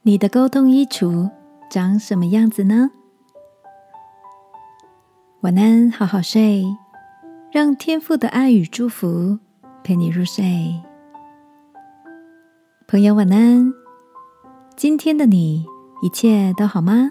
你的沟通衣橱长什么样子呢？晚安，好好睡，让天父的爱与祝福陪你入睡。朋友晚安，今天的你一切都好吗？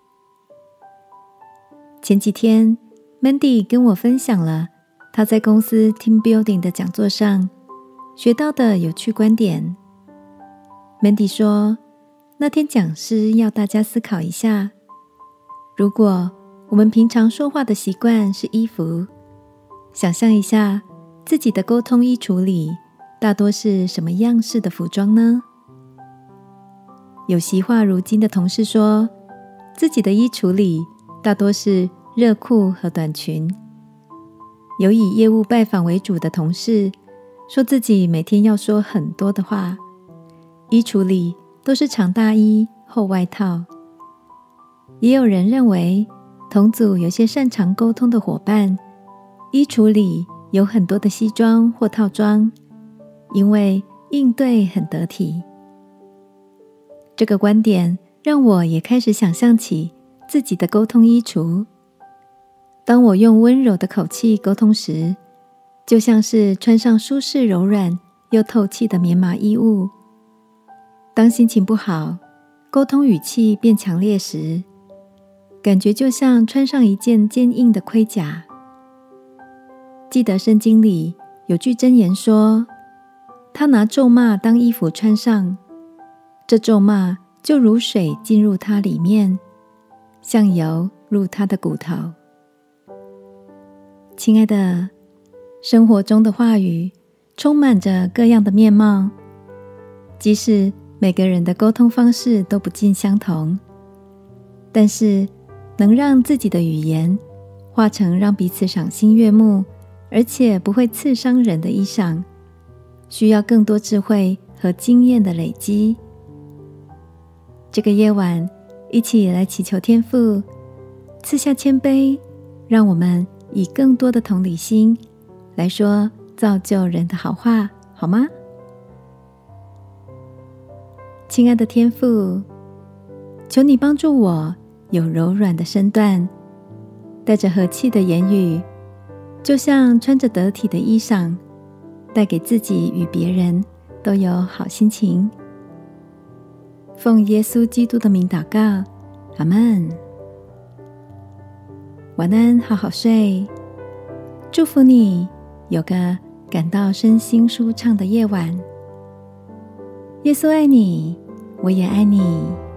前几天 Mandy 跟我分享了她在公司 Team Building 的讲座上学到的有趣观点。Mandy 说，那天讲师要大家思考一下，如果我们平常说话的习惯是衣服，想象一下自己的沟通衣橱里大多是什么样式的服装呢？有习化如今的同事说，自己的衣橱里大多是热裤和短裙。有以业务拜访为主的同事说自己每天要说很多的话，衣橱里都是长大衣、厚外套。也有人认为，同组有些擅长沟通的伙伴，衣橱里有很多的西装或套装，因为应对很得体。这个观点让我也开始想象起自己的沟通衣橱。当我用温柔的口气沟通时，就像是穿上舒适柔软又透气的棉麻衣物。当心情不好，沟通语气变强烈时，感觉就像穿上一件坚硬的盔甲。记得圣经里有句箴言说，他拿咒骂当衣服穿上，这咒骂就如水进入他里面，像油入他的骨头。亲爱的，生活中的话语充满着各样的面貌，即使每个人的沟通方式都不尽相同，但是能让自己的语言化成让彼此赏心悦目，而且不会刺伤人的衣裳，需要更多智慧和经验的累积。这个夜晚，一起来祈求天父赐下谦卑，让我们以更多的同理心来说造就人的好话，好吗？亲爱的天父，求你帮助我有柔软的身段，带着和气的言语，就像穿着得体的衣裳，带给自己与别人都有好心情。奉耶稣基督的名祷告，阿们。晚安，好好睡，祝福你有个感到身心舒畅的夜晚。耶稣爱你，我也爱你。